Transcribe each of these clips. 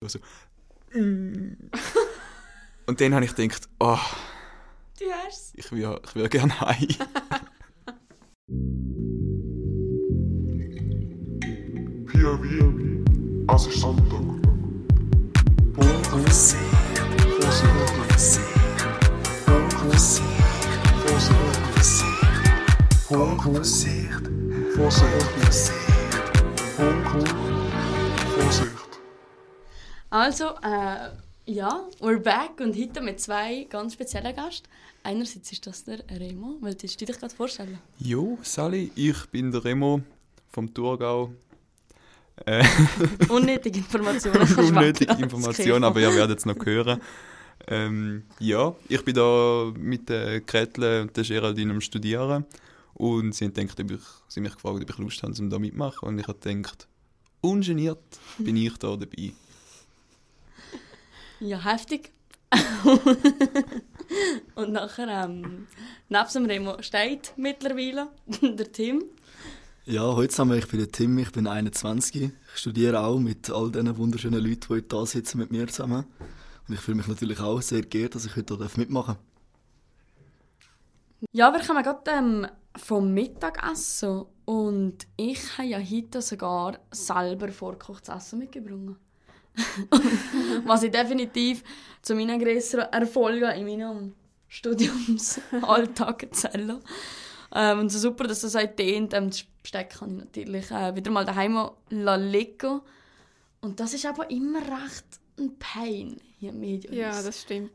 höre so und dann habe ich gedacht, oh, Du hast ich will gerne heim. POV, es ist Sonntag. Vorsicht. Also, ja, we're back und heute mit zwei ganz speziellen Gästen. Einerseits ist das der Remo, willst du dich gerade vorstellen? Jo, Sally, ich bin der Remo vom Thurgau. Unnötige Informationen. Unnötige Informationen, aber ihr werdet es noch hören. Ja, ich bin da mit der Gretle und der Geraldine am Studieren und sie haben mich gefragt, ob ich Lust habe, um da mitmachen. Und ich habe gedacht, ungeniert bin ich da dabei. Ja, heftig. Und nachher, neben dem Remo steht mittlerweile der Tim. Ja, heute zusammen, ich bin der Tim, ich bin 21. Ich studiere auch mit all diesen wunderschönen Leuten, die heute da sitzen mit mir zusammen. Und ich fühle mich natürlich auch sehr geehrt, dass ich heute hier mitmachen darf. Ja, wir kommen gerade vom Mittagessen und ich habe ja heute sogar selber vorgekochtes Essen mitgebracht. Was ich definitiv zu meinen grösseren Erfolgen in meinem Studiumsalltag erzähle. Und so super, dass das auch dient. Das Besteck kann ich natürlich wieder mal daheim liegen. Und das ist aber immer recht ein Pain hier im Medium. Ja, das stimmt.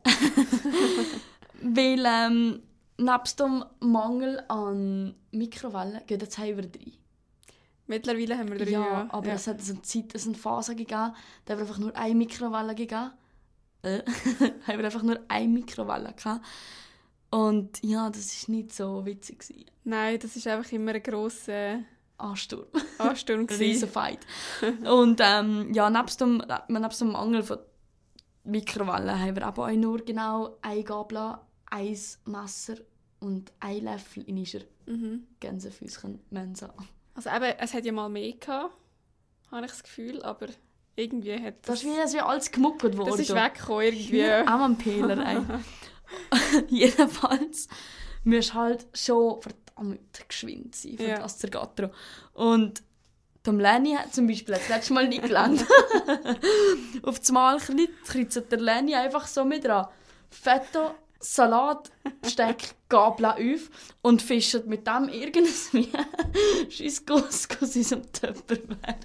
Weil nebst dem Mangel an Mikrowellen geht jetzt über 3. Mittlerweile haben wir 3, ja. Aber es hat eine Zeit, es eine Phase gegeben, da haben wir einfach nur eine Mikrowelle gegeben. Haben wir einfach nur eine Mikrowelle gehabt. Und ja, das war nicht so witzig gewesen. Nein, das war einfach immer ein grosser Ansturm. Ansturm Ein riesen Fight. Und ja, nebst dem Mangel von Mikrowellen haben wir aber auch nur genau ein Gabel, ein Messer und ein Löffel in unserer Gänsefüßchen-Mensa. Also eben, es hat ja mal mehr gehabt, habe ich das Gefühl, aber irgendwie hat das ist wie alles gemuckert worden. Das ist weggekommen irgendwie. Am Pehler, ey. Jedenfalls musst du halt schon verdammt geschwind sein für das Zergatro. Und dem Lenny hat zum Beispiel das letzte Mal nicht gelangt. Auf das Mal kreuzt der Lenny einfach so mit einer Feta Salat, Besteck, Gabel auf und fischt mit dem irgendwie scheiß Couscous in so einem Tupperware.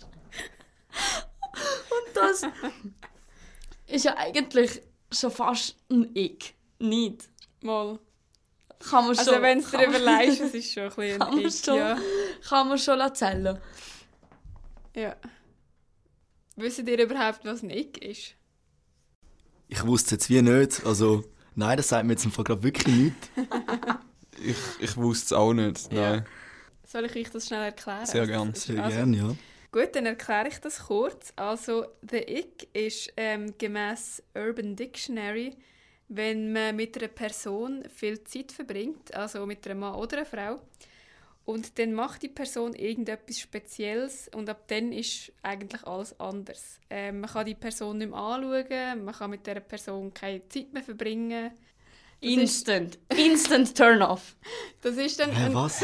Und das ist ja eigentlich schon fast ein Ick. Nicht? Mal. Kann man also wenn du dir überlegst, es ist schon ein bisschen ein Ick, ja. Kann man schon erzählen. Ja. Wisst ihr überhaupt, was ein Ick ist? Ich wusste es jetzt wie nicht, also... Nein, das sagt mir jetzt im Fall gerade wirklich nichts. Ich wusste es auch nicht, nein. Ja. Soll ich euch das schnell erklären? Sehr gerne. Sehr gerne, ja. Gut, dann erkläre ich das kurz. Also, the Ick ist gemäss Urban Dictionary, wenn man mit einer Person viel Zeit verbringt, also mit einem Mann oder einer Frau, und dann macht die Person irgendetwas Spezielles und ab dann ist eigentlich alles anders. Man kann die Person nicht mehr anschauen, man kann mit dieser Person keine Zeit mehr verbringen. Instant Turn-off. Das ist dann was?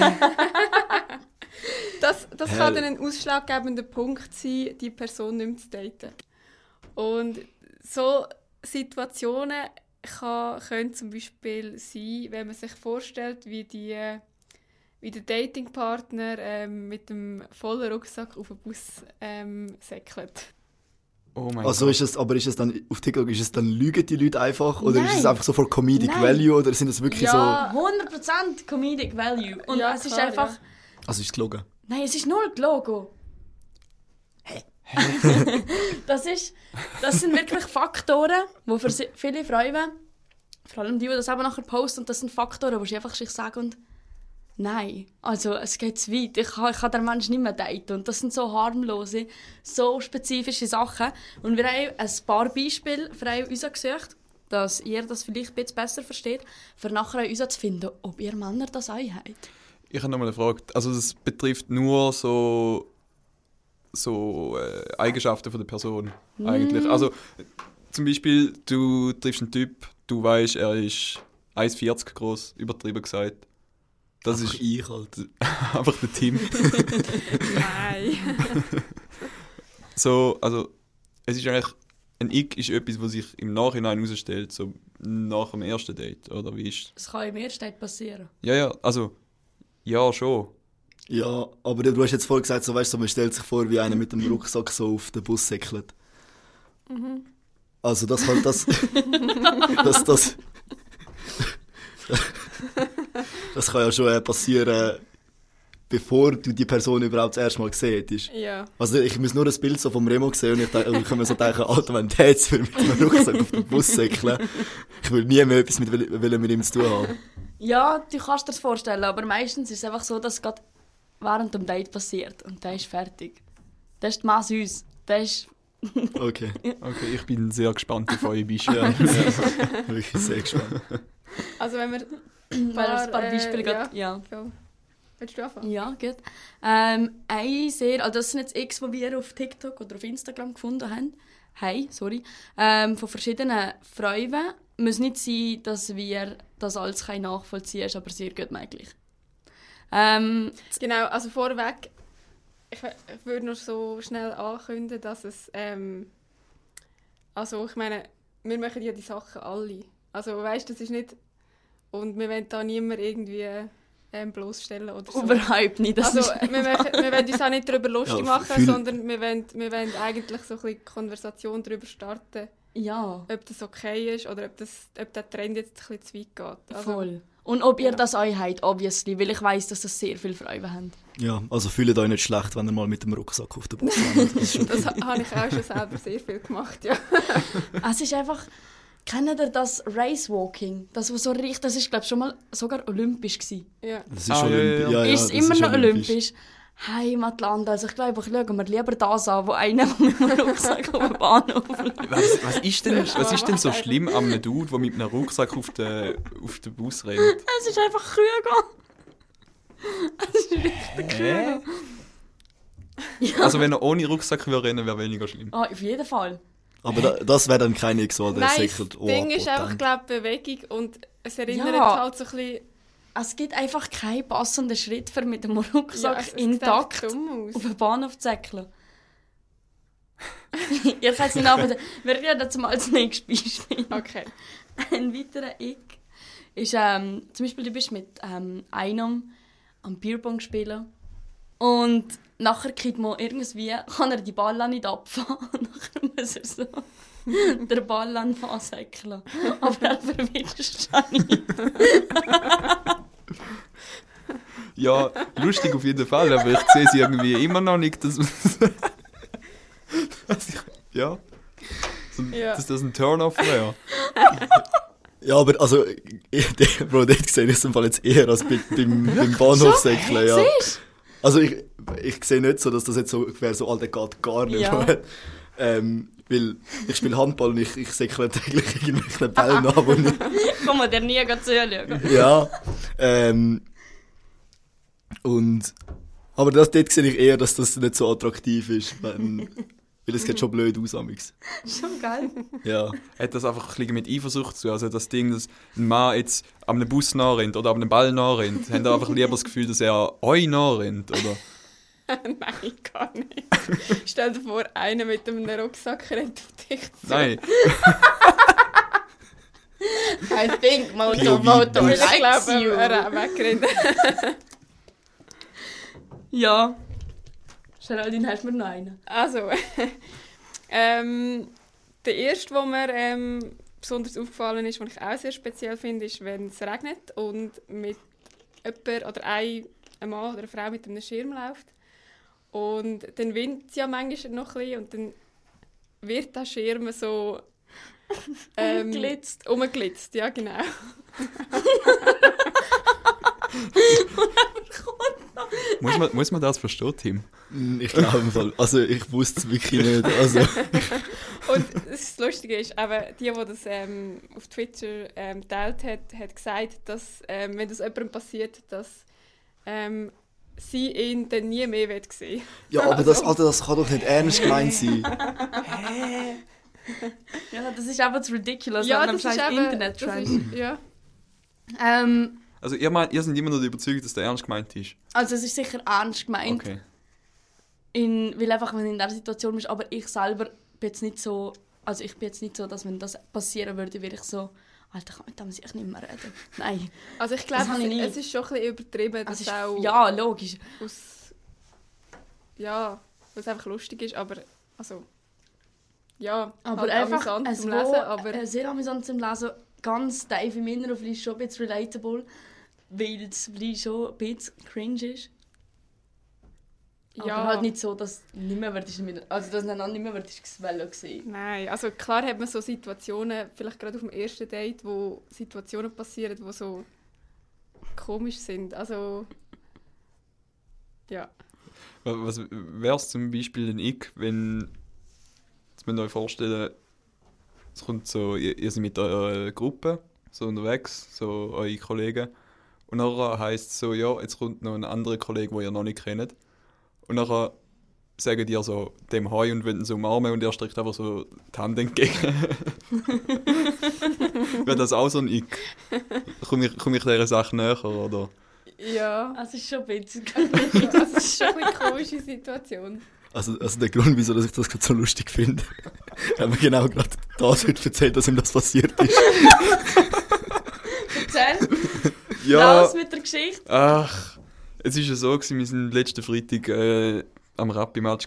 Das kann dann ein ausschlaggebender Punkt sein, die Person nicht mehr zu daten. Und so Situationen können zum Beispiel sein, wenn man sich vorstellt, wie der Datingpartner mit dem vollen Rucksack auf den Bus säckelt. Oh mein also Gott. Ist es dann auf TikTok, ist es dann lügen die Leute einfach oder Nein. ist es einfach so for Comedic Value oder sind das wirklich so... Ja, 100% Comedic Value. Und ja, es ist klar, einfach... Ja. Also ist es gelogen? Nein, es ist null gelogen. Hey. Das sind wirklich Faktoren, die für viele Frauen, vor allem die das eben nachher posten, und das sind Faktoren, die sie einfach sich sagen und nein, also es geht zu weit, ich kann den Menschen nicht mehr daten. Und das sind so harmlose, so spezifische Sachen. Und wir haben ein paar Beispiele für uns gesucht, dass ihr das vielleicht ein bisschen besser versteht, für nachher uns zu finden, ob ihr Männer das auch habt. Ich habe noch mal eine Frage. Also das betrifft nur so so Eigenschaften von der Person eigentlich. Also zum Beispiel, du triffst einen Typ, du weißt, er ist 1,40 groß, übertrieben gesagt. Das Einfach ist ich halt. einfach der Tim. Nein. So, also es ist eigentlich, ein Ick ist etwas, was sich im Nachhinein herausstellt, so nach dem ersten Date, oder wie ist? Das kann im ersten Date passieren. Ja, also, ja, schon. Ja, aber du hast jetzt vorhin gesagt, so, weißt, so, man stellt sich vor, wie einer mit dem Rucksack so auf den Bus säckelt. Also das halt das... das kann ja schon passieren, bevor du die Person überhaupt das erste Mal gesehen hast. Ja. Also ich muss nur ein Bild so vom Remo sehen und ich kann mir so denken, Alter, wenn der jetzt mit einem Rucksack auf den Bus säckeln, ich will nie mehr etwas mit ihm zu tun haben. Ja, du kannst dir das vorstellen, aber meistens ist es einfach so, dass es gerade während dem Date passiert und der ist fertig. Das ist die Mann süß. Der ist... Okay, Okay, ich bin sehr gespannt auf eure Beispiele. wirklich sehr gespannt. Also wenn wir Weil ein paar Beispiele gerade... Ja. Voll. Willst du anfangen? Ja, gut. Also das sind jetzt X, die wir auf TikTok oder auf Instagram gefunden haben. Von verschiedenen Freunden. Es muss nicht sein, dass wir das alles nachvollziehen können, aber sehr gut möglich. Genau, also vorweg, ich würde noch so schnell ankündigen, dass es, also ich meine, wir machen ja die Sachen alle. Also weißt, das ist nicht, und wir wollen da niemand irgendwie bloßstellen oder so. Überhaupt nicht. Das Also ist wir wollen uns auch nicht darüber lustig Ja, machen, sondern wir wollen eigentlich so ein bisschen Konversation darüber starten, ja, ob das okay ist oder ob der Trend jetzt ein bisschen zu weit geht. Also, voll. Und ob ihr ja. das euch habt, obviously, weil ich weiss, dass das sehr viele Freunde haben. Ja, also fühlt euch nicht schlecht, wenn ihr mal mit dem Rucksack auf den Bus landet. Das ist schon Das habe ich auch schon selber sehr viel gemacht, ja. Es ist einfach... Kennt ihr das Racewalking? Das ist, glaube ich, schon mal sogar olympisch gewesen. Ja. Das ist Ah, schon ja, ja. Ja, Ist es das immer ist noch olympisch? Heimatland. Also ich glaube, ich schaue mir lieber das an, wo einer mit einem Rucksack auf den Bahnhof läuft. Was ist denn so schlimm an einem Dude, der mit einem Rucksack auf den Bus rennt? Es ist einfach Krüger. Es ist richtig Krüger. Ja. Also wenn er ohne Rucksack würde rennen, wäre weniger schlimm. Ah, auf jeden Fall. Aber das wäre dann keine X, der Nein, säckelt. das Ding ist einfach, glaube Bewegung und es erinnert Ja. halt so ein bisschen... Es gibt einfach keinen passenden Schritt für mit dem Rucksack es sieht intakt einfach dumm aus. auf den Bahnhof zu säckeln. Ihr könnt es nicht nachvollziehen. Wir reden jetzt mal als nächstes Beispiel. Okay. Ein weiterer Ick ist, zum Beispiel, du bist mit einem am Bierpong spielen und nachher kann er die Ball nicht abfahren und nachher muss er so den Ball ansäckeln. Aber er verwischt es nicht. Ja, lustig auf jeden Fall, aber ich sehe sie irgendwie immer noch nicht, dass ja. Ja. Dass das ein Turn-off wäre. Ja, aber also, Bro, dort sehe ich es im Fall jetzt eher als beim Bahnhofsäckeln, ja. Siehst Also ich sehe nicht so, dass das jetzt so wäre, so, Alter, geht gar nicht. Ja. Weil ich spiele Handball und ich säckle täglich irgendwelche Bälle an, wo ich... du? Komm mal, der nie zuschauen. Ja. Aber dort sehe ich eher, dass das nicht so attraktiv ist, weil es sieht schon blöd aus, amix. Schon geil. Ja. Hat das einfach ein bisschen mit Eifersucht zu tun? Also das Ding, dass ein Mann jetzt an einem Bus nachrennt oder an einem Ball nachrennt, haben da einfach lieber das Gefühl, dass er euch nachrennt, oder? Nein, gar nicht. Stell dir vor, einer mit einem Rucksack rennt auf dich zu. Nein. I think Moto POV. Ich likes glaube, you. er wegrennt. Ja. Geraldine, hast du mir noch einen? Also, der erste, der mir besonders aufgefallen ist, den ich auch sehr speziell finde, ist, wenn es regnet und mit jemand oder ein Mann oder eine Frau mit einem Schirm läuft. Und dann windet es ja manchmal noch ein bisschen und dann wird der Schirm so umgeglitzt, ja genau. Muss man das verstehen, Tim? Ich glaube im Fall. Also ich wusste es wirklich nicht. Also. Und das Lustige ist, eben, die das auf Twitter geteilt hat gesagt, dass, wenn das jemandem passiert, dass sie ihn dann nie mehr sehen will. Ja, aber das kann doch nicht ernst gemeint sein. Ja, das ist einfach zu ridiculous, Ja, wenn man das ist wahrscheinlich eben... Internet-Trend. Ja. Also ihr seid immer noch überzeugt, dass der ernst gemeint ist? Also es ist sicher ernst gemeint, Okay. weil einfach, wenn du in dieser Situation bist, aber ich selber bin jetzt nicht so, also ich bin jetzt nicht so, dass wenn das passieren würde, wäre ich so, Alter, kann mit dem sich nicht mehr reden. Nein. Also ich Das glaube, habe ich nie. es ist schon ein bisschen übertrieben, Also dass auch ja, logisch. aus... Ja, weil es einfach lustig ist, aber... Also... Ja, Aber halt einfach amüsant zum Lesen, aber... sehr amüsant zum Lesen. Ganz tief im Inneren vielleicht schon ein bisschen relatable, weil es vielleicht schon ein bisschen cringe ist. Ja. Aber halt nicht so, dass du nicht mehr würdest, also dass du dann nicht mehr würdest sehen. Nein, also klar hat man so Situationen, vielleicht gerade auf dem ersten Date, wo Situationen passieren, die so komisch sind. Also... Ja. Was wäre es zum Beispiel denn wenn... Jetzt müsst ihr euch vorstellen, es kommt so, ihr seid mit eurer Gruppe so unterwegs, so eure Kollegen. Und nachher heisst es so, ja, jetzt kommt noch ein anderer Kollege, den ihr noch nicht kennt. Und nachher sagen die so dem Hi und wollen ihn so umarmen und er streckt einfach so die Hand entgegen. Wäre das auch so ein Ick? Komme ich dieser Sache näher, oder? Ja. Es ist schon ein bisschen. Also es ist schon eine komische Situation. Also der Grund, wieso dass ich das gerade so lustig finde, haben wir genau gerade das heute erzählt, dass ihm das passiert ist. Erzähl, Ja, raus mit der Geschichte. ach, es war ja so, wir waren letzten Freitag am Rappi-Match.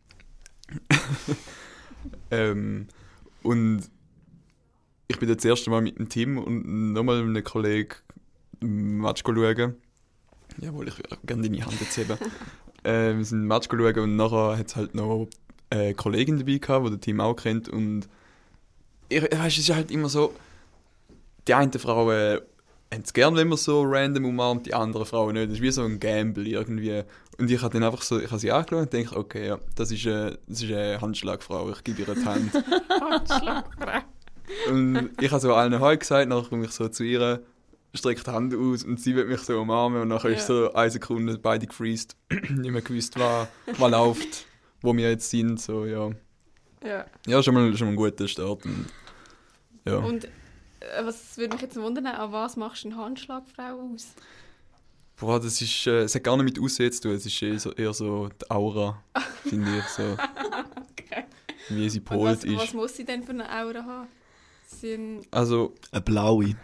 Und ich bin das erste Mal mit dem Team und nochmal mit einem Kollegen ein Match schauen. Jawohl, ich würde gerne deine Hand jetzt heben. Wir sind ein Match schauen und nachher hat es halt noch eine Kollegin dabei gehabt, die das Team auch kennt. Und es ist halt immer so, die eine Frau haben es gerne, wenn man so random umarmt, die andere Frau nicht. Das ist wie so ein Gamble irgendwie. Und ich habe dann einfach so, ich habe sie angeschaut und denke, okay, ja, das ist eine Handschlagfrau, ich gebe ihr die Hand. Handschlagfrau. Und ich habe so allen Heu gesagt, nachher komme ich so zu ihr, strecke die Hand aus und sie will mich so umarmen und nachher ist so 1 Sekunde beide gefreezed. Nicht mehr gewusst, was läuft, wo wir jetzt sind, so, ja. Ja. Ja, schon mal ein guter Start. Und, ja. Und was würde mich jetzt wundern, an was machst du eine Handschlagfrau aus? Boah, das ist, es hat gar nicht mit Aussehen zu tun, es ist eher so die Aura, finde ich, so. Okay. Wie sie Und polt ist. was muss sie denn für eine Aura haben? Also, Eine blaue.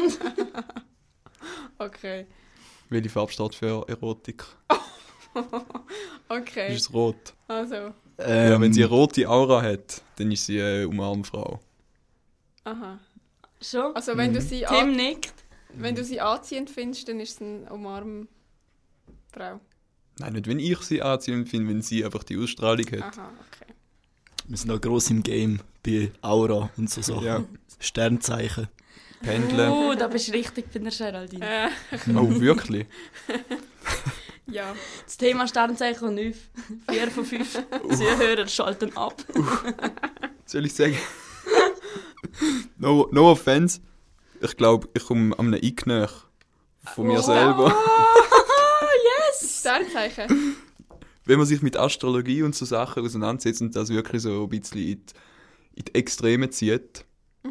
Okay. welche Farbe steht für Erotik? Okay. Ist es rot? Also, Ja, wenn sie eine rote Aura hat, dann ist sie eine Umarmfrau. aha. Schon? Also wenn du sie Tim nickt. wenn du sie anziehend findest, dann ist es eine Umarmfrau. Nein, nicht wenn ich sie anziehend finde, wenn sie einfach die Ausstrahlung hat. Aha, okay. Wir sind auch gross im Game bei Aura und so Sachen. Ja. Sternzeichen. Pendeln. Da bist du richtig bei der Geraldine. Oh, wirklich? Ja. Das Thema Sternzeichen und 9. 4 von 5 Zuhörer schalten ab. Soll ich sagen? No offense. Ich glaube, ich komme an einem Ick näher. Von mir selber. Sternzeichen. Wenn man sich mit Astrologie und so Sachen auseinandersetzt und das wirklich so ein bisschen in die Extreme zieht,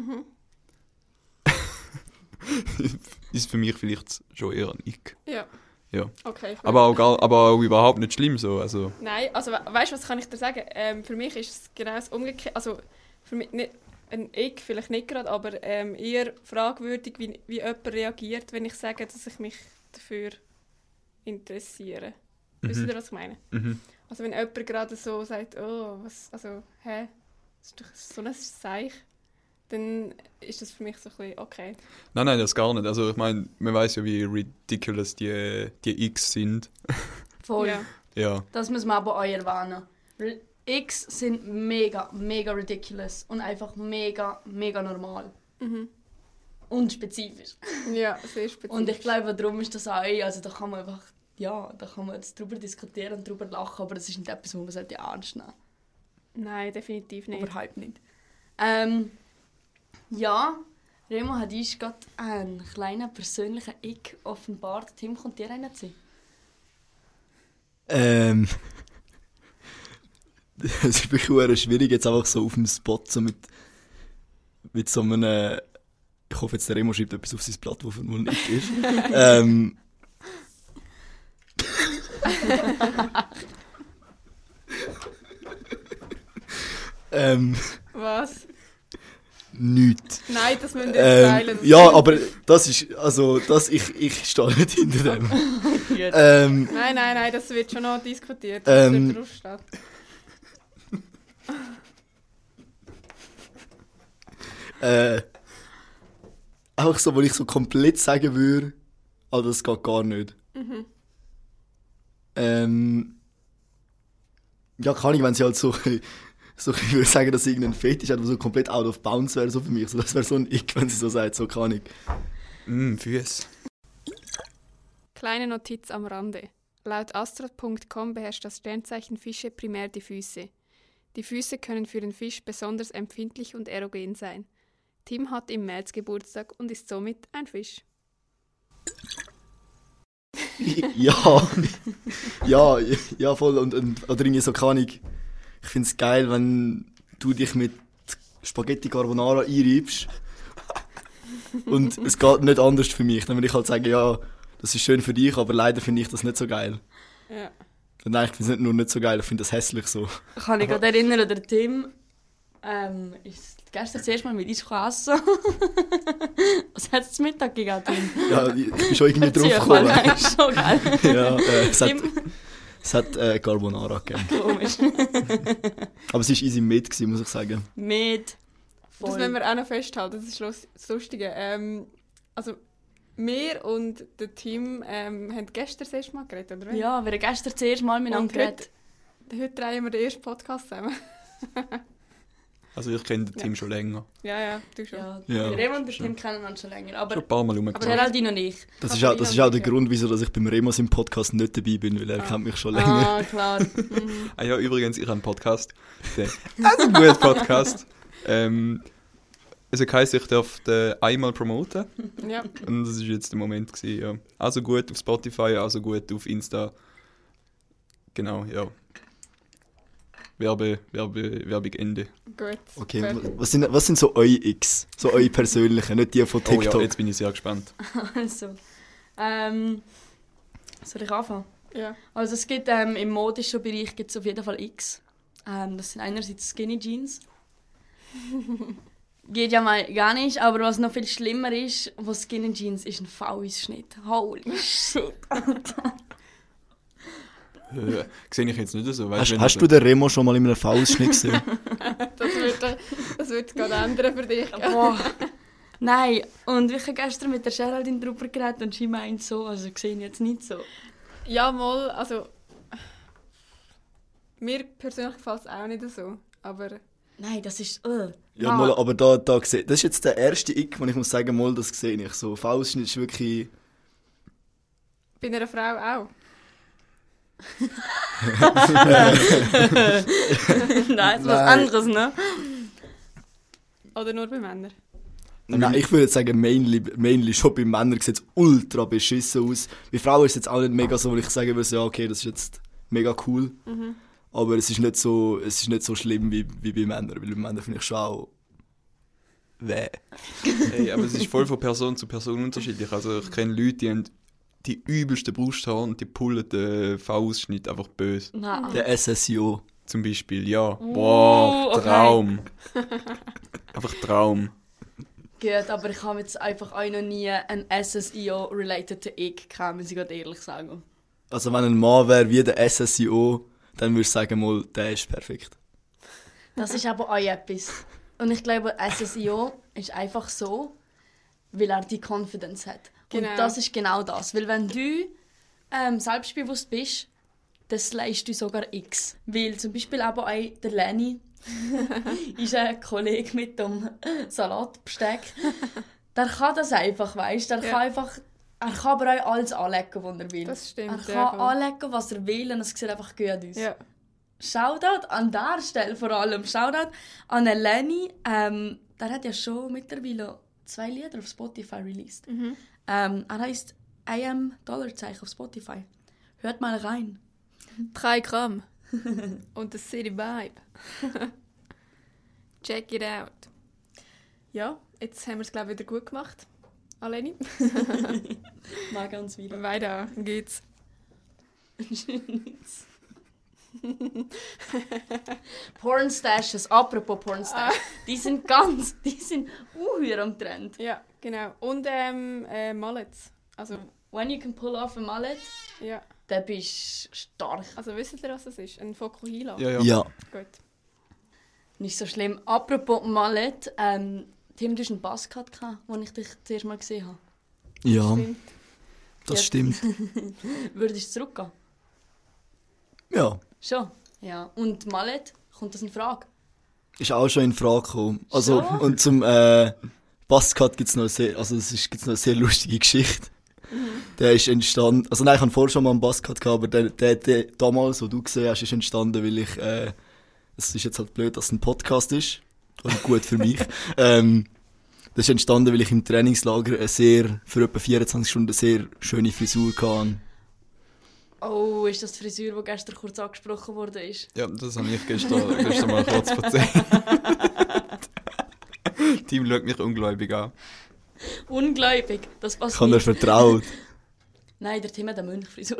ist für mich vielleicht schon eher ein Ick. Ja. Ja. Okay. Aber auch überhaupt nicht schlimm so. Also, Nein, also weißt du, was kann ich dir sagen? Für mich ist es genau das Umgekehrte. Also für mich nicht ein Ick, vielleicht nicht gerade, aber eher fragwürdig, wie jemand reagiert, wenn ich sage, dass ich mich dafür interessiere. Wisst ihr, was ich meine? Also wenn jemand gerade so sagt, oh, was, also, hä? Das ist doch so ein Seich. Dann ist das für mich so ein bisschen okay. nein, das gar nicht. Also ich meine, man weiß ja, wie ridiculous die X sind. Voll. Ja. Ja. Das muss man aber auch erwähnen. X sind mega, mega ridiculous und einfach mega, mega normal. Und spezifisch. Ja, sehr spezifisch. Und ich glaube, darum ist das auch, also da kann man einfach, ja, da kann man jetzt drüber diskutieren und drüber lachen, aber das ist nicht etwas, was man sollte ernst nehmen. Nein, definitiv nicht. Überhaupt nicht. Ja, Remo hat uns gerade einen kleinen persönlichen Ick offenbart. Tim, kommt dir einer zu? Es ist wirklich schwierig, jetzt einfach so auf dem Spot so mit so einem... Ich hoffe jetzt, der Remo schreibt etwas auf sein Blatt, wo nicht ist. Was? Nichts. Nein, das müssen wir jetzt teilen. Ja, aber das ist... Also, ich stehe nicht hinter dem. Nein, das wird schon noch diskutiert. Das wird draufstehen. Einfach so, wo ich so komplett sagen würde, also das geht gar nicht. Mhm. Ja, kann ich, wenn sie halt so ich würde sagen, dass sie irgendein Fetisch hat, der so komplett out of bounds wäre, so für mich. So, das wäre so ein Ick, wenn sie so sagt, so kann ich. Füße. Kleine Notiz am Rande. Laut astro.com beherrscht das Sternzeichen Fische primär die Füße. Die Füße können für den Fisch besonders empfindlich und erogen sein. Tim hat im März Geburtstag und ist somit ein Fisch. Ja, voll. Und oder irgendwie so kann ich finde es geil, wenn du dich mit Spaghetti Carbonara einreibst und es geht nicht anders für mich. Dann würde ich halt sagen, ja, das ist schön für dich, aber leider finde ich das nicht so geil. Ja. Nein, ich finde es nicht nur nicht so geil, ich finde das hässlich so. Ich kann mich gerade erinnern, der Tim ist gestern das erste Mal mit uns essen. Was hat es zum Mittag gegeben, Tim? Ja, ich bin schon irgendwie drauf gekommen. Nein, schon geil. Ja, es hat Carbonara gegeben. Komisch. Aber es war easy mit, muss ich sagen. Mit. Voll. Das wollen wir auch noch festhalten, das ist das Lustige. Also, wir und der Team haben gestern das erste Mal geredet, oder? Ja, wir haben gestern das erste Mal miteinander geredet. Heute drehen wir den ersten Podcast zusammen. Also ich kenne den Team schon länger. Ja, du schon. Ja, Ja, der Remo und der Tim kennen uns schon länger. Schon Aber ein paar Mal rumgekommen. Geraldine und ich. Das ist auch der Grund, wieso dass ich beim Remus im Podcast nicht dabei bin, weil er kennt mich schon länger. Ah, klar. Mhm. Ah ja, übrigens, ich habe einen Podcast. Also ein guter Podcast. Also heisst, ich darf den einmal promoten. Ja. Und das war jetzt der Moment gewesen, ja. Also gut auf Spotify, also gut auf Insta. Genau, ja. Werbung Ende. Gut. Okay, Fertig. was sind so eure X? So eure persönlichen, nicht die von Oh TikTok? ja, jetzt bin ich sehr gespannt. Also. Soll ich anfangen? Ja. Also es gibt im modischen Bereich gibt's auf jeden Fall X. Das sind einerseits Skinny Jeans. Geht ja mal gar nicht, aber was noch viel schlimmer ist, was Skinny Jeans ist ein V-Schnitt. Holy shit. Sehe ich jetzt nicht so. Weißt, Hast du den Remo schon mal in einem V-Schnitt gesehen? Das wird gerade ändern für dich. Boah. Nein, und ich habe gestern mit der Geraldine darüber geredet und sie meint so, also ich sehe ihn jetzt nicht so. Ja, mal, also... Mir persönlich gefällt es auch nicht so, aber... Nein, das ist... Ja, mal, aber da gesehen. Das ist jetzt der erste Ick, wo ich muss sagen, mal, das sehe ich so. V-Schnitt ist wirklich... Bei einer Frau auch. Nein, ist was anderes, ne? Oder nur bei Männern? Nein, ich würde jetzt sagen, mainly schon bei Männern sieht es ultra beschissen aus. Bei Frauen ist es jetzt auch nicht mega so, wo ich sagen würde, ja, okay, das ist jetzt mega cool. Mhm. Aber es ist nicht so schlimm wie bei Männern, weil bei Männern finde ich schon auch weh. Hey, aber es ist voll von Person zu Person unterschiedlich. Also ich kenne Leute, die haben die übelsten Brusthaare und die pullen den V-Ausschnitt einfach böse. Nein. Der SSIO. Zum Beispiel, ja. Wow, okay. Traum. Einfach Traum. Gut, aber ich habe jetzt einfach auch noch nie ein SSIO-related Ick gehabt, muss ich gerade ehrlich sagen. Also wenn ein Mann wäre wie der SSIO, dann würde ich sagen, mal, der ist perfekt. Das ist aber auch etwas. Und ich glaube, SSIO ist einfach so, weil er die Confidence hat. Genau. Und das ist genau das. Weil wenn du selbstbewusst bist, dann slayst du sogar X. Weil zum Beispiel aber auch der Lenny ist ein Kollege mit dem Salatbesteck. Der kann das einfach, weißt du? Er kann aber auch alles anlegen, was er will. Das stimmt. Er kann anlegen, was er will, und es sieht einfach gut aus. Ja. Shoutout an dieser Stelle vor allem. Shoutout an Lenny. Der hat ja schon mittlerweile 2 Lieder auf Spotify released. Mhm. Er heisst $am auf Spotify. Hört mal rein. 3 Gramm. Und das City Vibe. Check it out. Ja, jetzt haben wir es, glaube ich, wieder gut gemacht. Aleni. Mal ganz wieder. Weiter geht's. Pornstashes, apropos Pornstashes. Die sind unheuer am Trend. Ja, genau. Und Mullets. Also, When you can pull off a mullet, ja. dann bist du stark. Also wisst ihr, was das ist? Ein Fokuhila? Ja. Gut. Nicht so schlimm. Apropos Mullet, Tim, du hast einen Buzzcut gehabt, den ich dich zuerst mal gesehen habe. Ja, Stimmt. das stimmt. Würdest du zurückgehen? Ja. Schon? Ja. Und Mullet, kommt das in Frage? Ist auch schon in Frage gekommen. Also, Schon? und zum Buzzcut gibt es noch eine sehr lustige Geschichte. Der ist entstanden, also nein, ich hatte vorher schon mal einen Buzzcut gehabt, aber der damals, wo du gesehen hast, ist entstanden, weil ich, es ist jetzt halt blöd, dass es ein Podcast ist, und gut für mich. Das ist entstanden, weil ich im Trainingslager für etwa 24 Stunden eine sehr schöne Frisur hatte. Oh, ist das die Frisur, die gestern kurz angesprochen wurde? Ja, das habe ich gestern mal kurz erzählt. Team schaut mich ungläubig an. Ungläubig, das Ich passiert. habe dir vertraut. Nein, der Tim hat eine Mönchfrisur.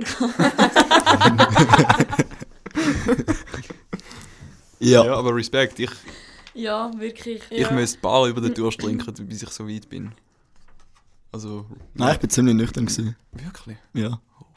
Ja. Ja, aber Respekt. Ja, wirklich. Ich müsste Bar über den Durst trinken, bis ich so weit bin. Also... Nein, ich bin ziemlich nüchtern gewesen. Wirklich? Ja.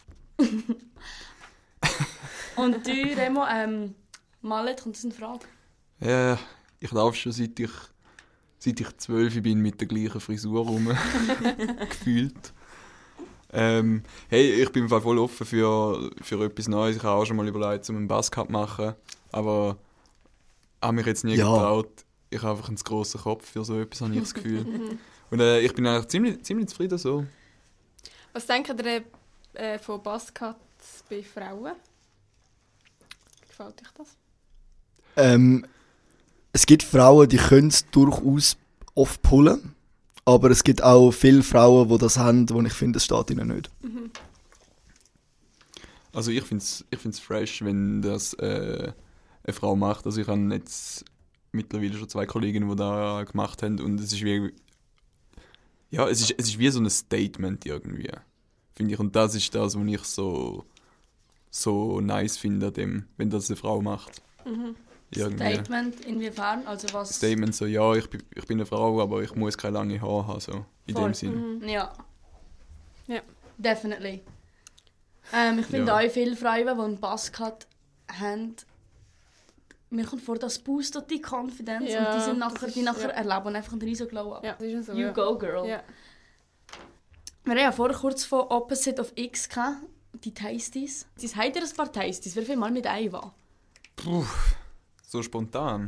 Und du, Remo, Mallet, kommt das in Frage? Ja, ich laufe schon seit ich 12 bin mit der gleichen Frisur rum. Gefühlt. Hey, ich bin im Fall voll offen für etwas Neues. Ich habe auch schon mal überlegt, einen Buzzcut zu machen. Aber habe mich jetzt nie getraut. Ich habe einfach einen zu grossen Kopf für so etwas, habe ich das Gefühl. Und ich bin eigentlich ziemlich zufrieden so. Was denkt ihr von Buzzcuts bei Frauen? Gefällt euch das? Es gibt Frauen, die können es durchaus oft pullen. Aber es gibt auch viele Frauen, die das haben, wo ich finde, es steht ihnen nicht. Also ich find's fresh, wenn das eine Frau macht. Also ich habe jetzt mittlerweile schon 2 Kolleginnen, die das gemacht haben, und es ist wie... Ja, es ist wie so ein Statement irgendwie, finde ich. Und das ist das, was ich so nice finde an dem, wenn das eine Frau macht. Irgendwie. Statement inwiefern? Also was? Statement so, ja, ich bin eine Frau, aber ich muss keine lange Haare haben, so in Voll. dem Sinn. Ja. Ja. Definitely. Ich finde Ja. auch viele Frauen, die einen Buzzcut haben, mir kommt vor, das boostet die Confidence, Ja, und die sind das nachher ist- erleben einfach einen riesen Glow-Up. Ja, das ist so. You ja. go, girl. Ja. Wir haben ja vorher kurz von Opposite of X gehabt, die Tasties. Sie habt ihr ein paar Tasties? Wie viel mal mit Eiwa? So spontan.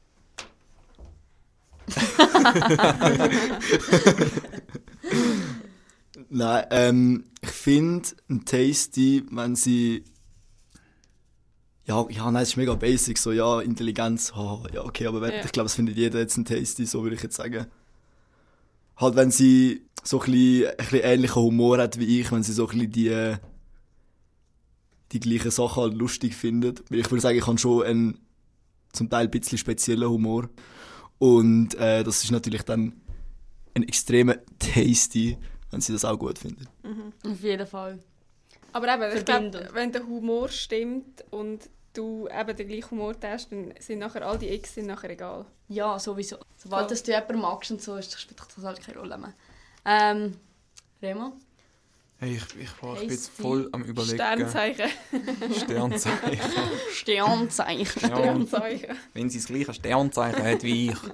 Nein, ich finde ein Tasty, wenn sie... Ja, nein, es ist mega basic, so, ja, Intelligenz, ja, okay, aber Ja. ich glaube, es findet jeder jetzt ein Tasty, so würde ich jetzt sagen. Halt, wenn sie so ein bisschen ähnlichen Humor hat wie ich, wenn sie so ein bisschen die gleichen Sachen halt lustig findet. Weil ich würde sagen, ich habe schon einen zum Teil ein bisschen speziellen Humor. Und das ist natürlich dann ein extremer Tasty, wenn sie das auch gut findet. Auf jeden Fall. Aber eben, ich glaube, Verbindend. wenn der Humor stimmt und du eben den gleichen Humor hast, dann sind nachher all die X sind nachher egal. Ja, sowieso. Sobald Voll. du jemanden magst und so, spielt das total keine Rolle mehr. Remo? Hey, ich bin jetzt Tasty. voll am Überlegen. Sternzeichen. Sternzeichen. Sternzeichen. Sternzeichen. Wenn sie das gleiche Sternzeichen hat wie ich.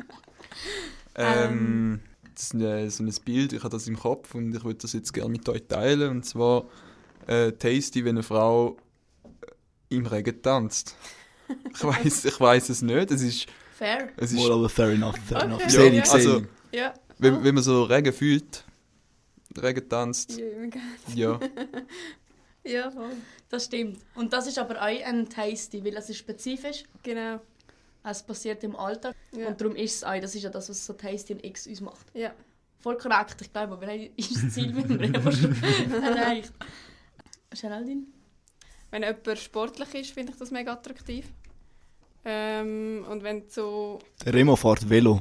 Das ist so ein Bild, ich habe das im Kopf und ich würde das jetzt gerne mit euch teilen. Und zwar Tasty, wenn eine Frau im Regen tanzt. Ich weiss es nicht. Es Fair. ist Wohl, aber fair enough. Okay. Sehe ich, Ja, sehe also- ich. Ja. wenn man so Regen fühlt, Regen tanzt, ja. Ja, voll. Das stimmt. Und das ist aber auch ein Tasty, weil es ist spezifisch. Genau. Es passiert im Alltag. Ja. Und darum ist es auch. Das ist ja das, was so Tasty und X uns macht. Ja. Voll korrekt. Ich glaube, wir haben das Ziel mit dem Remo schon erreicht. Geraldine? Wenn jemand sportlich ist, finde ich das mega attraktiv. Und wenn so... Remo fährt Velo.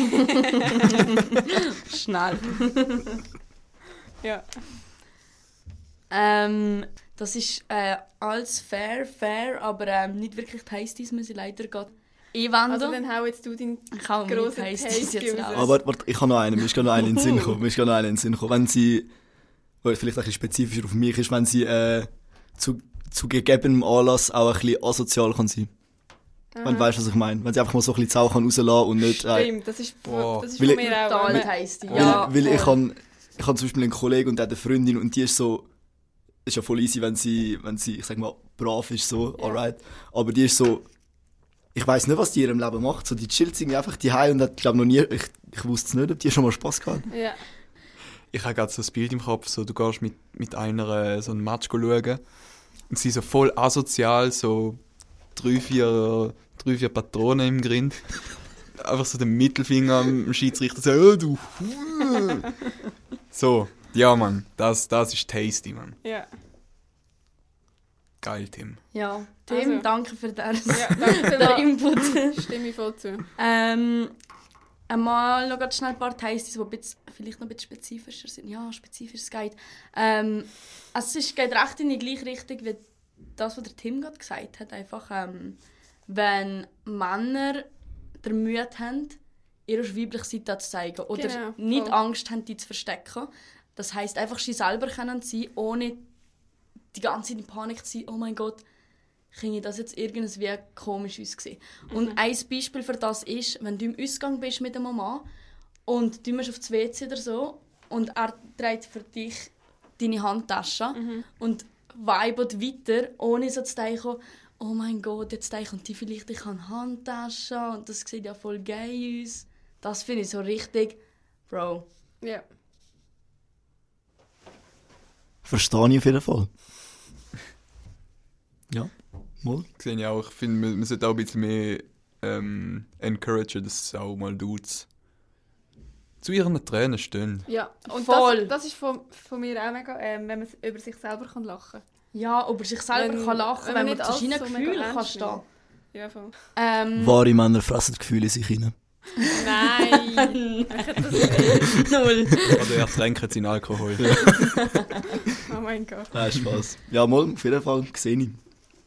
Schnell. Ja. Das ist alles fair, aber nicht wirklich Tasties, muss ich leider gerade einwenden. Also dann hau jetzt du deinen ich hau meine grossen Tasties Taste jetzt raus. raus. Aber warte, ich habe noch einen. Mir ist gerade noch einen in den Sinn gekommen. Wenn sie, weil vielleicht ein bisschen spezifischer auf mich ist, wenn sie zu gegebenem Anlass auch ein bisschen asozial kann sein. Wenn du weißt, was ich meine. Wenn sie einfach mal so ein bisschen Sau rauslassen kann und nicht... Stimmt, das ist von Weil mir auch. Total tasty, ja. Weil ich habe zum Beispiel einen Kollegen und der hat eine Freundin und die ist so... Ist ja voll easy, wenn sie, ich sag mal, brav ist, so, alright. Aber die ist so... Ich weiss nicht, was die in ihrem Leben macht. So, die chillt irgendwie einfach daheim und hat, glaube noch nie... Ich wusste es nicht, ob die schon mal Spass gehabt hat. Ja. Ich habe gerade so ein Bild im Kopf, so, du gehst mit einer so einen Match schauen und sie so voll asozial, so 3-4 Patronen im Grind. Einfach so den Mittelfinger am Schiedsrichter so, oh, du Hure. So, ja Mann, das ist tasty, Mann. Ja. Geil, Tim. Ja, Tim, Also. danke für Ja, danke für den den Input. Stimme ich voll zu. Einmal noch ganz schnell ein paar Tasties, die vielleicht noch ein bisschen spezifischer sind. Ja, spezifisches geht. Es geht recht in die gleiche Richtung wie das, was der Tim gerade gesagt hat. Einfach, wenn Männer den Mut haben, ihre weibliche Seite zu zeigen. Oder Genau, nicht voll. Angst haben, die zu verstecken. Das heisst, einfach sie selber können sein, ohne die ganze Zeit in Panik zu sein. Oh mein Gott, finde ich das jetzt irgendwie komisch aussehen. Und ein Beispiel für das ist, wenn du im Ausgang bist mit einem Mann und du musst aufs WC oder so und er trägt für dich deine Handtasche und vibet weiter, ohne so zu denken, oh mein Gott, jetzt denken die vielleicht, ich habe Handtasche und das sieht ja voll geil aus. Das finde ich so richtig, Bro. Ja. Verstehe ich auf jeden Fall. Ja, mal. Sehe ich auch. Ich finde, man sollte auch ein bisschen mehr encouragen, dass auch mal Dudes zu ihren Tränen stehen. Ja, und Voll. das ist von mir auch mega, wenn man über sich selber lachen kann. Ja, über sich selber Wenn- kann lachen, wenn wenn man man nicht zu seinen alles so mega Gefühlen ernst kann stehen. nimmt. Ja, voll. Wahre Männer fressen die Gefühle in sich rein. Nein, ich hätte das nicht. Null. Oder er tränkt jetzt in Alkohol. Oh mein Gott. Nein, Spaß. Ja, mal, auf jeden Fall gesehen ich.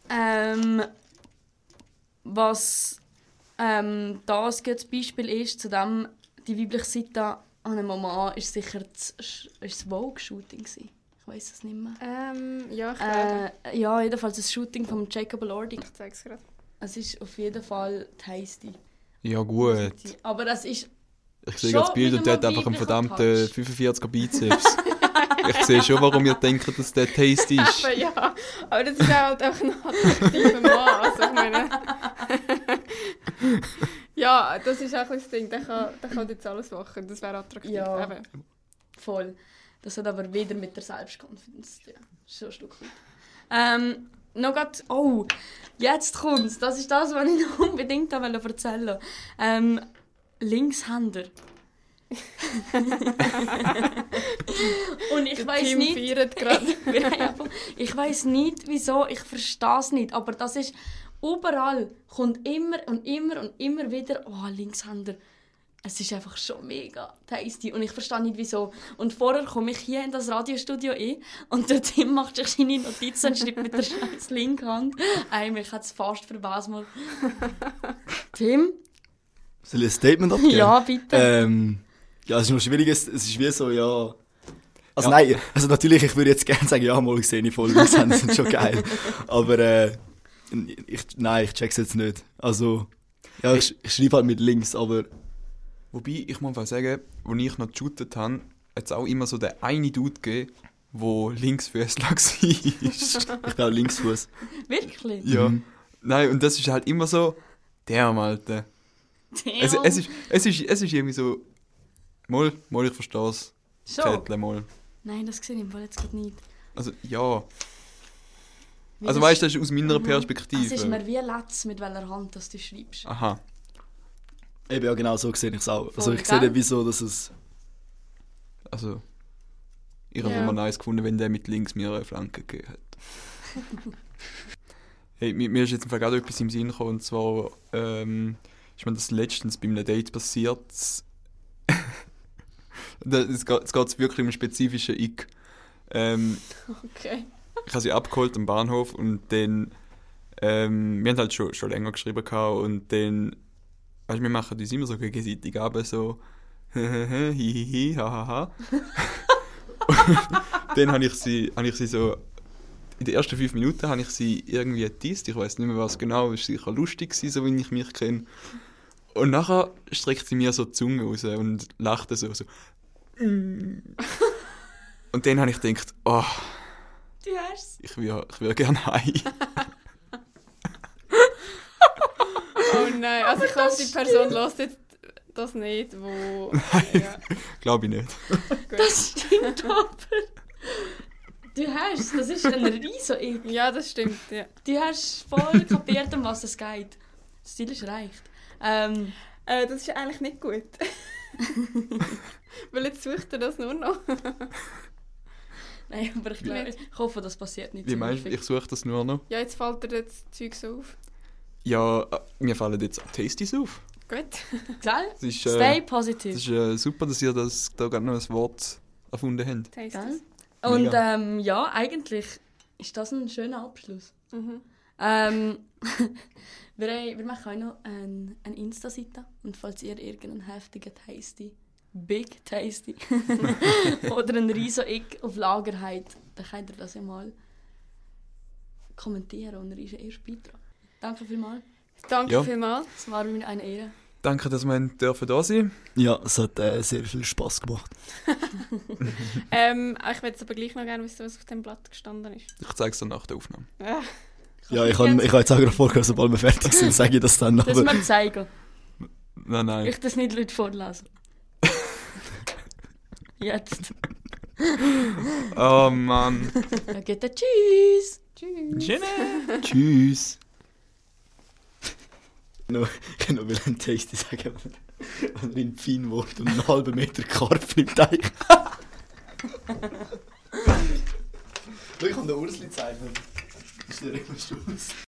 Was das gutes Beispiel ist, zu dem die weibliche Seite an einem Mann, ist sicher das Vogue-Shooting gewesen. Ich weiss es nicht mehr. Ja, ich glaube. Ja, jedenfalls das Shooting von Jacob Elordi. Ich zeige es gerade. Es ist auf jeden Fall tasty. Ja, gut. Aber das ist... Ich sehe Schon das Bild mit und der hat einem einfach einen weiblichen verdammten Touch. 45er Bizeps. Ich sehe schon, warum ihr denkt, dass der tasty ist. Aber ja, aber das ist halt auch ein attraktiver Mann. Also ich meine... ja, das ist auch ein das Ding. Der kann jetzt alles machen. Das wäre attraktiv. Ja. Eben. Voll. Das hat aber wieder mit der Selbstkonfidenz zu tun. Das ist schon ein Stück weit. Noch grad, oh, jetzt kommt's. Das ist das, was ich noch unbedingt erzählen wollte. Linkshänder. Und ich weiss Team nicht... feiert gerade. Ich weiss nicht, wieso. Ich verstehe es nicht. Aber das ist... Überall kommt immer und immer und immer wieder... Oh, Linkshänder. Es ist einfach schon mega tasty und ich verstehe nicht, wieso. Und vorher komme ich hier in das Radiostudio und der Tim macht sich seine Notizen und schreibt mit der scheiß Linkhand. Mich hat es fast verpasst mal. Tim? Soll ich ein Statement abgeben? Ja, bitte. Ja, es ist noch schwierig. Es ist wie so, ja... Also Ja. nein, also natürlich, ich würde jetzt gerne sagen, ja, mal gesehen, die Folgen sind schon geil. Aber ich check's jetzt nicht. Also, ja, ich schreibe halt mit links, aber... Wobei, ich muss mal sagen, als ich noch geshootet habe, hat es auch immer so den einen Dude gegeben, der Linksfüßler war. Ich bin auch Linksfuß. Wirklich? Ja. Nein, und das ist halt immer so, der Alter. Damn. Es ist irgendwie so, mal ich verstehe es. Schon? Kätle, mal. Nein, das sehe ich im Fall jetzt gerade nicht. Also, ja. Wie Also das- weißt du, das ist aus meiner Perspektive. Es ist mir wie Letz, mit welcher Hand das du schreibst. Aha. Eben, ja, genau so sehe ich es auch. Also Voll, ich sehe gell? nicht, wieso, dass es... Also, ich habe Ja. immer nice gefunden, wenn der mit links mir eine Flanke gegeben hat. Hey, mir ist jetzt im Fall gerade etwas im Sinn gekommen, und zwar ist mir das letztens bei einem Date passiert. Es geht wirklich um einen spezifischen Ick. Okay. Ich habe sie abgeholt am Bahnhof und dann, wir haben halt schon länger geschrieben gehabt, und dann, weißt du, wir machen uns immer so gegenseitig ab, so hihihi, hahaha. Dann habe ich sie so, in den ersten 5 Minuten habe ich sie irgendwie gedisst, ich weiß nicht mehr was genau, es war sicher lustig gewesen, so wie ich mich kenne. Und nachher streckt sie mir so die Zunge raus und lacht so. Und dann habe ich gedacht, oh, Du hast ich will gerne heim. Oh nein, also ich hoffe, die Person hört jetzt das nicht, wo... Ja, Glaube ich nicht. gut. Das stimmt aber. Du hast, das ist ein riesen Ick. Ja, das stimmt, ja. Du hast voll kapiert, um was es geht. Das Ziel ist erreicht. Das ist eigentlich nicht gut. Weil jetzt sucht er das nur noch. Nein, aber ich hoffe, das passiert nicht. Wie meinst du, ich suche das nur noch? Ja, jetzt fällt dir das Zeug so auf. Ja, mir fallen jetzt Tasties auf. Gut. Gell? Es ist, Stay es positive. ist super, dass ihr da gerade noch ein Wort erfunden habt. Taste Gell? es. Und Mega. ja, eigentlich ist das ein schöner Abschluss. Mhm. Wir machen auch noch eine Insta-Seite. Und falls ihr irgendeinen heftigen Tasty, Big Tasty oder einen riesen Ick auf Lager habt, dann könnt ihr das ja mal kommentieren und er ist der erste Beitrag. Danke vielmals. Danke Ja. vielmals. Es war mir eine Ehre. Danke, dass wir dürfen da sein. Ja, es hat sehr viel Spass gemacht. Ich würde aber gleich noch gerne wissen, was auf dem Blatt gestanden ist. Ich zeige es dann nach der Aufnahme. Ah, Ja, ich habe jetzt auch gerade vorgehört, sobald wir fertig sind, sage ich das dann. Das Aber mir zeigen. Nein. Ich das nicht Leute vorlesen. Jetzt. Oh Mann. Dann geht der Tschüss. tschüss. tschüss. Ich kann noch ein Tasty sagen, wenn er in Fein wird und einen halben Meter Karpfen im Teich. Ich kann den Ursli zeigen. Das ist der Regel